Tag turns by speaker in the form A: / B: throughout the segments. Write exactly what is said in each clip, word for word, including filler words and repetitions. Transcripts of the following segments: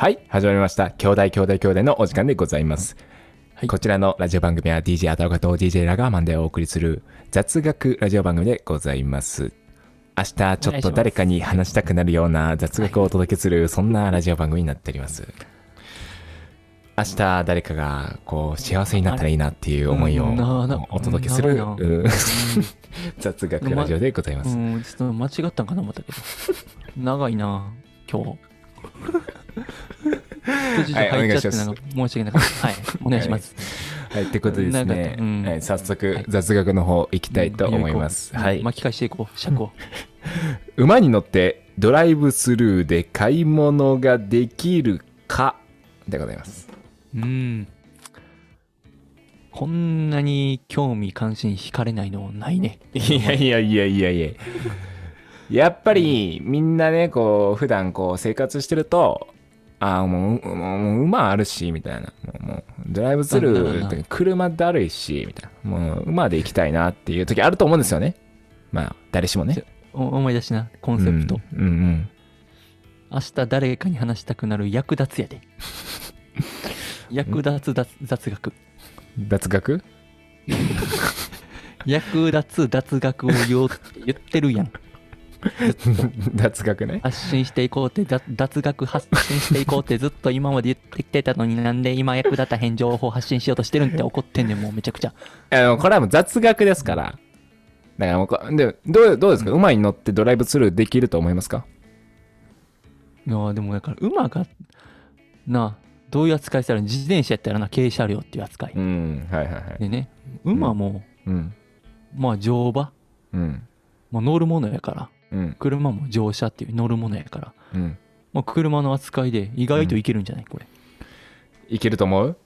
A: はい、始まりました。兄弟兄弟兄弟のお時間でございます。はい、こちらのラジオ番組は ディージェー アタオカと ディージェー ラガーマンでお送りする雑学ラジオ番組でございます。明日ちょっと誰かに話したくなるような雑学をお届けするそんなラジオ番組になっております。明日誰かがこう幸せになったらいいなっていう思いをお届けする雑学ラジオでございます。
B: うん、ちょっと間違ったんかな思ったけど長いな今日はい、お願いします。申し訳なかった。はい、お願いします。
A: はい、ってことでですね、うんはい、早速雑学の方行きたいと思います。
B: うん、はい、巻き返していこう、尺を。
A: 馬に乗ってドライブスルーで買い物ができるかでございます。
B: うん。こんなに興味関心惹かれないのないね。
A: いやいやいやいやいや。やっぱりみんなね、こう普段こう生活してると。ああもう、もう馬あるしみたいな、もう、もうドライブスルーって車だるいしみたいな、もう馬で行きたいなっていう時あると思うんですよね。まあ誰しもね。
B: 思い出しなコンセプト。
A: うん、うん、うん。
B: 明日誰かに話したくなる役立つやで。役立つ雑雑学。
A: 雑学？
B: 役立つ雑学を言おうって言ってるやん。
A: 雑学ね。
B: 発信していこうって雑学発信していこうってずっと今まで言ってきてたのになんで今役立たへん情報発信しようとしてるんって怒ってんねんもうめちゃくちゃ。
A: あのこれはもう雑学ですから。だからもうでどうどうですか、うん、馬に乗ってドライブスルーできると思いますか？
B: いやでもだから馬がなどういう扱いしたら自転車やったらな軽車両っていう扱い。
A: うんはいはいはい。
B: でね馬も、うん、まあ乗馬、うん、まあ乗るものやから。うん、車も乗車っていう乗るものやから、うんまあ、車の扱いで意外といけるんじゃない、うん、これ
A: いけると思う？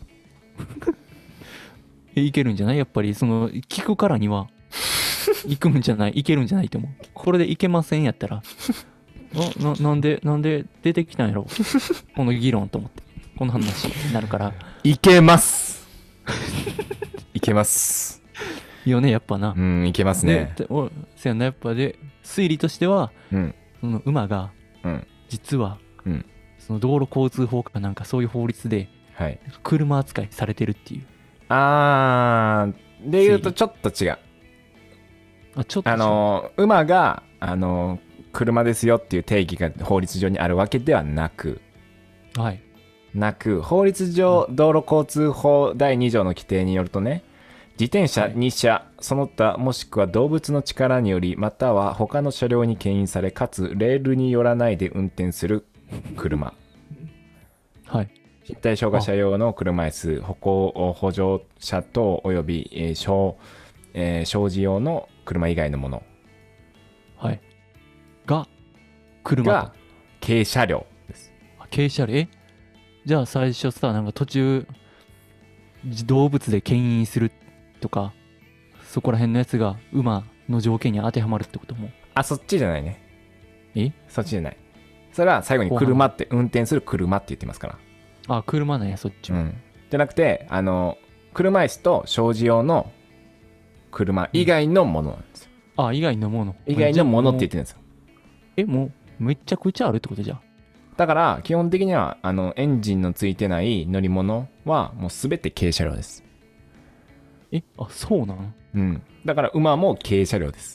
B: いけるんじゃない？やっぱりその聞くからには行くんじゃないいけるんじゃないと思う。これでいけませんやったらな, な, なんでなんで出てきたんやろこの議論と思ってこの話になるから
A: いけますいけます
B: いいよねやっぱな。
A: うんいけますね。
B: でおせやなやっぱで推理としては、うん、その馬が、うん、実は、うん、その道路交通法かなんかそういう法律で、はい、車扱いされてるっていう。
A: あーで言うとちょっと違う。
B: あちょっと違う。
A: あの馬があの車ですよっていう定義が法律上にあるわけではなく、はい、なく法律上、うん、道路交通法だいに条の規定によるとね。自転車に車、はい、その他もしくは動物の力によりまたは他の車両に牽引されかつレールによらないで運転する車、はい、身体障害者用の車椅子歩行補助車等および、えー小えー、小事用の車以外のもの、
B: はい、が車
A: が軽車両です。
B: 軽車両えじゃあ最初さなんか途中動物で牽引するとかそこら辺のやつが馬の条件に当てはまるってことも。
A: あそっちじゃないね。
B: え
A: そっちじゃない。それは最後に車って運転する車って言ってますから。
B: あ車なんやそっちも、うん、
A: じゃなくてあの車椅子と小事用の車以外のものなんですよ、
B: うん、あ以外のもの
A: 以外のものって言ってるんですよ。
B: えもうめちゃくちゃあるってことじゃん。
A: だから基本的にはあのエンジンのついてない乗り物はもう全て軽車両です。
B: えあそうなん
A: うん。だから馬も軽車両です。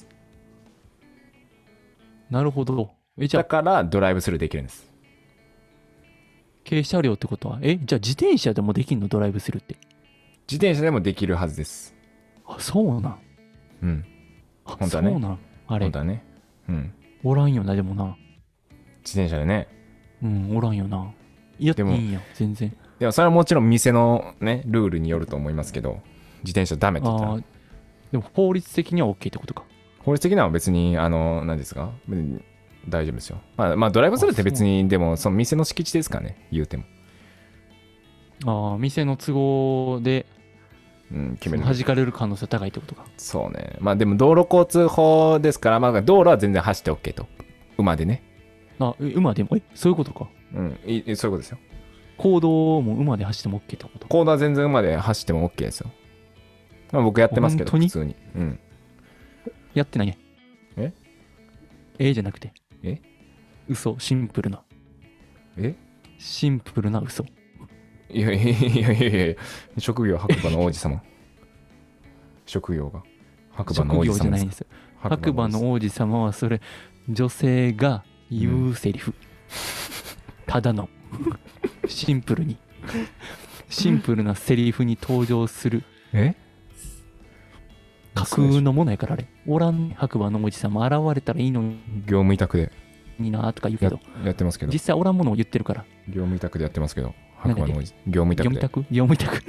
B: なるほど。
A: えじゃあだからドライブスルーできるんです。
B: 軽車両ってことはえじゃあ自転車でもできるのドライブスルーって。
A: 自転車でもできるはずです。
B: あそうなん
A: うん本当はね。
B: そうなんあれ
A: 本当はね。うん
B: おらんよなでもな
A: 自転車でね。
B: うんおらんよな。いやでもいいんや全然。
A: でもそれはもちろん店のねルールによると思いますけど自転車ダメって言ったら。あ
B: でも法律的には OK ってことか。
A: 法律的には別にあの何ですか大丈夫ですよ。まあ、まあドライブスルーって別にでもその店の敷地ですからね言うても。
B: ああ店の都合で、うん、決める弾かれる可能性高いってことか。
A: そうね。まあでも道路交通法ですから、まあ、道路は全然走って OK と馬でね。
B: あ馬でもえそういうことか。
A: うんいそういうことですよ。
B: 公道も馬で走っても OK ってこと。
A: 公道は全然馬で走っても OK ですよ。まあ、僕やってますけど普通に。うん
B: やってないね。
A: え
B: えじゃなくて
A: え
B: 嘘シンプルな
A: え
B: シンプルな嘘。
A: いやいやいやいやいや、職業白馬の王子様。職業が白馬の王子様です。職業じゃないんですよ。
B: 白馬の王子様はそれ女性が言うセリフ、うん、ただのシンプルにシンプルなセリフに登場する
A: え
B: 架空のものやからあれ。おらん白馬の王子様現れたらいいのに
A: 業務委託で
B: いいなとか言うけど
A: や, やってますけど
B: 実際おらんものを言ってるから。
A: 業務委託でやってますけど白馬の王子業務委託で
B: 業務委託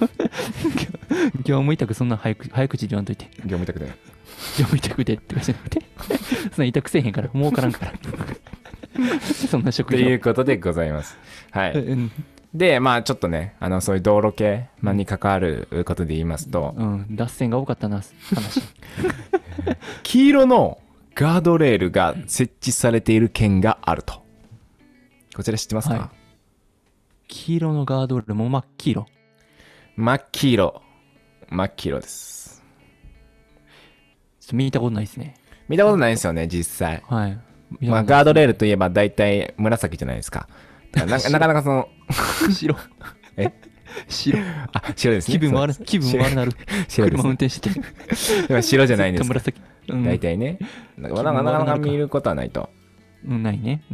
B: 業務委託そんな早く早口で言わんといて。
A: 業務委託で
B: 業務委託でってかじゃなくてそんな委託せえへんから儲からんからそんな職業
A: ということでございます。はい、うん、でまあちょっとねあのそういう道路系、まあ、に関わることで言いますと、
B: うん、脱線が多かったな話
A: 黄色のガードレールが設置されている県があると。こちら知ってますか？はい、
B: 黄色のガードレールも真っ黄色
A: 真っ黄色真っ黄色です。
B: ちょっと見たことないですね。
A: 見たことないですよね実際。
B: はい。
A: まあガードレールといえば大体紫じゃないですか。だから な, なかなかその
B: 白
A: え
B: 白
A: あ白ですね。
B: 気分悪気分悪なる
A: 白です、ね、
B: 車運転して
A: でも白じゃないんですか。
B: 紫、うん、
A: 大体ねなかなかなかなか見ることはないと。
B: うん、ないね。うん。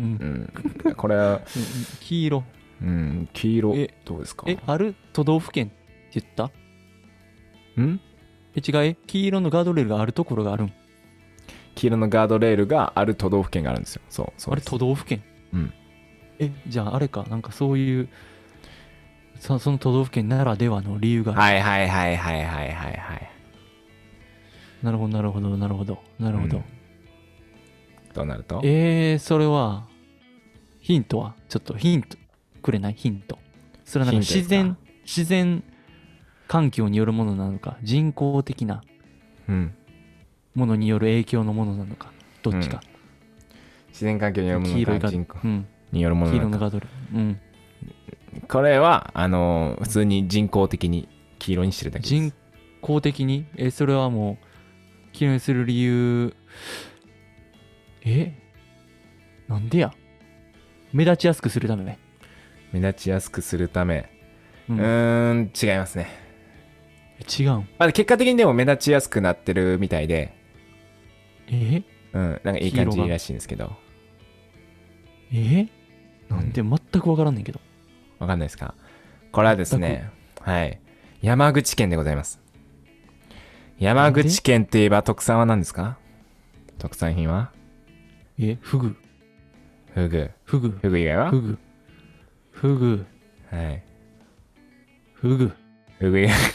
A: うん、これは
B: 黄色。
A: うん、黄色えどうですか？
B: えある都道府県って言った？
A: ん？
B: え違い黄色のガードレールがあるところがあるん。
A: 黄色のガードレールがある都道府県があるんですよ。そうそう
B: あれ都道府県？
A: うん。
B: えじゃああれかなんかそういうそその都道府県ならではの理由が
A: はいはいはいはいはいはいはい
B: なるほどなるほどなるほどなるほど、うん、
A: どうなると
B: えー、それはヒントはちょっとヒントくれない？ヒントそれはなんか自然自然環境によるものなのか人工的なものによる影響のものなのかどっちか、うん、
A: 自然環境によるものか人工によるものなのか、
B: 黄色のガードレール、うん、
A: これはあの普通に人工的に黄色にしてるだけです。
B: 人工的にえそれはもう黄色にする理由えなんでや目立ちやすくするためね。
A: 目立ちやすくするためうーん、うーん違いますね。
B: 違うん、
A: まあ、結果的にでも目立ちやすくなってるみたいで
B: え
A: うんなんかいい感じらしいんですけど
B: えなんで全く分からんねんけど。
A: わかんないですか？これはですねはい山口県でございます。山口県といえば特産は何ですか？特産品は
B: えフグ
A: フグ
B: フグ
A: フグ以外は
B: フグフグ
A: はい
B: フグ
A: フグ以外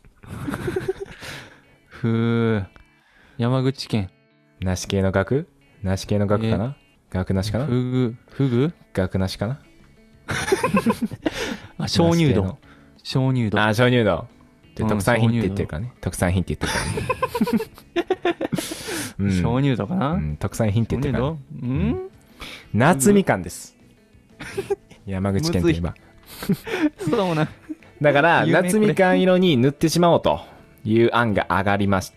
B: ふー山口県
A: 梨系の学梨系の学かな学梨かな
B: フグフグ
A: 学梨かな
B: あ鍾乳洞鍾乳洞
A: あ鍾乳洞で特産品って言ってるからね、うん、特産品って言ってるからね
B: 鍾乳洞かな、
A: うん、特産品って言ってるから、ね、
B: うん、うん、
A: 夏みかんです山口県といえば
B: そうな
A: だから夏みかん色に塗ってしまおうという案が上がりまして、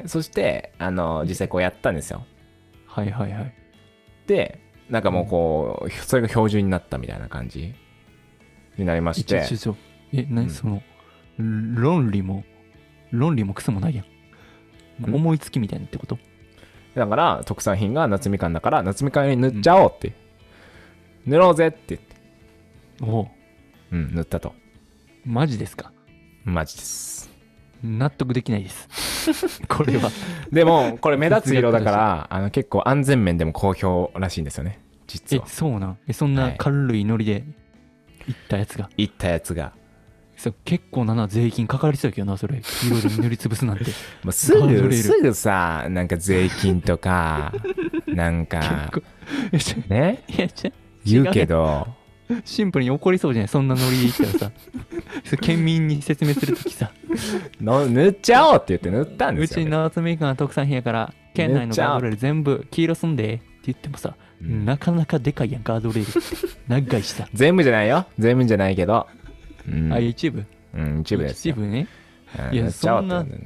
A: そしてあの実際こうやったんですよ。
B: はいはいはい。
A: でなんかもうこうそれが標準になったみたいな感じになりまして、
B: えちょちょえ何、うん、その論理も論理もクソもないやん、ん思いつきみたいなってこと？
A: だから特産品が夏みかんだから夏みかんに塗っちゃおうって、うん、塗ろうぜって言って
B: おう、
A: うん、塗ったと。
B: マジですか？
A: マジです。
B: 納得できないですこれは
A: でもこれ目立つ色だからあの結構安全面でも好評らしいんですよね実は。
B: えそうなんえそんな軽いノリで行ったやつが、
A: はい、行ったやつが
B: そ結構なな税金かかりそうやけどなそれ黄色で塗りつぶすなんて
A: もうすぐすぐさなんか税金とかなんかね
B: いやちゃ
A: 言うけど
B: シンプルに怒りそうじゃないそんなノリで言ったらさ県民に説明するときさ
A: の塗っちゃおうって言って塗ったんですよ、ね、
B: うちの夏みかんは特産品やから県内のガードレール全部黄色すんでって言ってもさ、うん、なかなかでかいやんガードレールって長いしさ
A: 全部じゃないよ全部じゃないけど、
B: うん、あ一部
A: うん一部です
B: 一部ね、
A: うん、いやそんな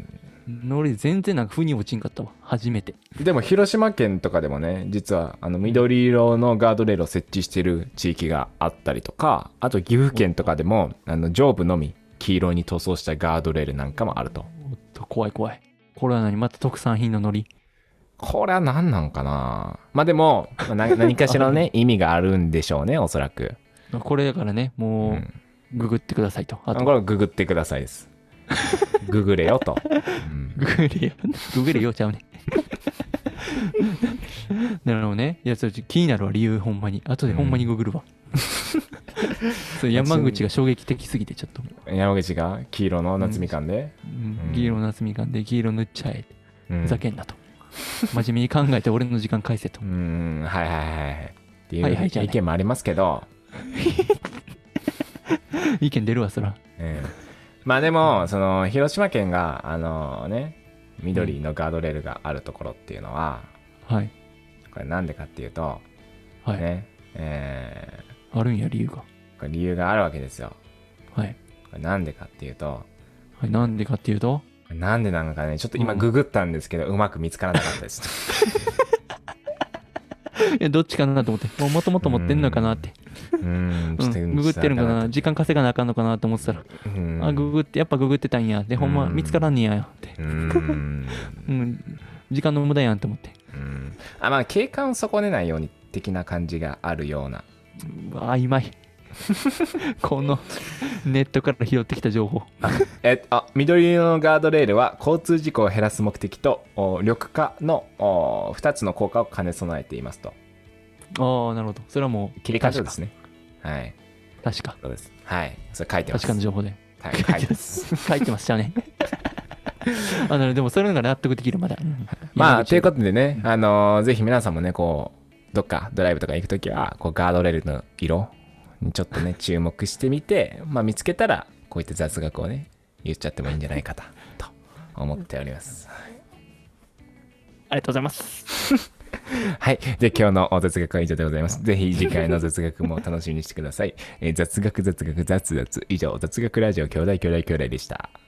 B: 乗り全然なんか腑に落ちんかったわ。初めて。
A: でも広島県とかでもね、実はあの緑色のガードレールを設置してる地域があったりとか、あと岐阜県とかでもあの上部のみ黄色に塗装したガードレールなんかもあると。
B: おっと、怖い怖い。これは何また特産品の乗り？
A: これは何なんかな。まあでも、まあ、何かしらのね、意味があるんでしょうね、おそらく。
B: これだからね、もう、うん、ググってくださいと。
A: あとこれググってくださいです。ググれよと。
B: うん、ググれよ。ググれよちゃうね。なるほどね。いや、それ気になるわ、理由ほんまに。後でほんまにググるわ。うん、それ山口が衝撃的すぎてちょっと。
A: 山口が黄色の夏みかんで、
B: うんうん、黄色の夏みかんで黄色塗っちゃえ。ふざけんなと。真面目に考えて俺の時間返せと。
A: うーん、はいはいはい。っていう意見もありますけど。
B: 意見出るわ、そら。
A: えー、まあでも、その、広島県が、あのね、緑のガードレールがあるところっていうのは、
B: はい。
A: これなんでかっていうと、
B: はい。
A: ね、え
B: ー、あるんや、理由が。
A: これ理由があるわけですよ。
B: はい。
A: これなんでかっていうと、
B: はい、なんでかっていうと、
A: なんでなのかね、ちょっと今ググったんですけど、うん、うまく見つからなかったです。
B: いや、どっちかなと思って、もともと持ってんのかなって。
A: うーん、ちょっと、
B: うん、ググってるんかな、時間稼がなあかんのかなと思ってたら、うん、あ、ググって、やっぱググってたんや。で、ほんま見つからんねやって。うーん、うん、時間の無駄やんって思って。
A: うん、あ、まあ、景観を損ねないように的な感じがあるような。
B: うわ、曖昧。このネットから拾ってきた情報。
A: えあ緑色のガードレールは交通事故を減らす目的と緑化のふたつの効果を兼ね備えていますと。
B: ああ、なるほど。それはもう
A: 切り替えですね。はい。
B: 確か。
A: そうです。はい。それ書いてます。
B: 確かの情報で。
A: はい、書いてます。
B: 書いてます。じゃあね。あのでもそれのが納得できるまだ。うん、
A: まあということでね、あのー、ぜひ皆さんもね、こうどっかドライブとか行くときはこうガードレールの色にちょっとね注目してみて、まあ見つけたらこういった雑学をね言っちゃってもいいんじゃないかと思っております。
B: ありがとうございます。
A: はい。で、今日の雑学は以上でございます。ぜひ次回の雑学も楽しみにしてください。えー、雑学雑学雑雑以上、雑学ラジオ兄弟兄弟兄弟でした。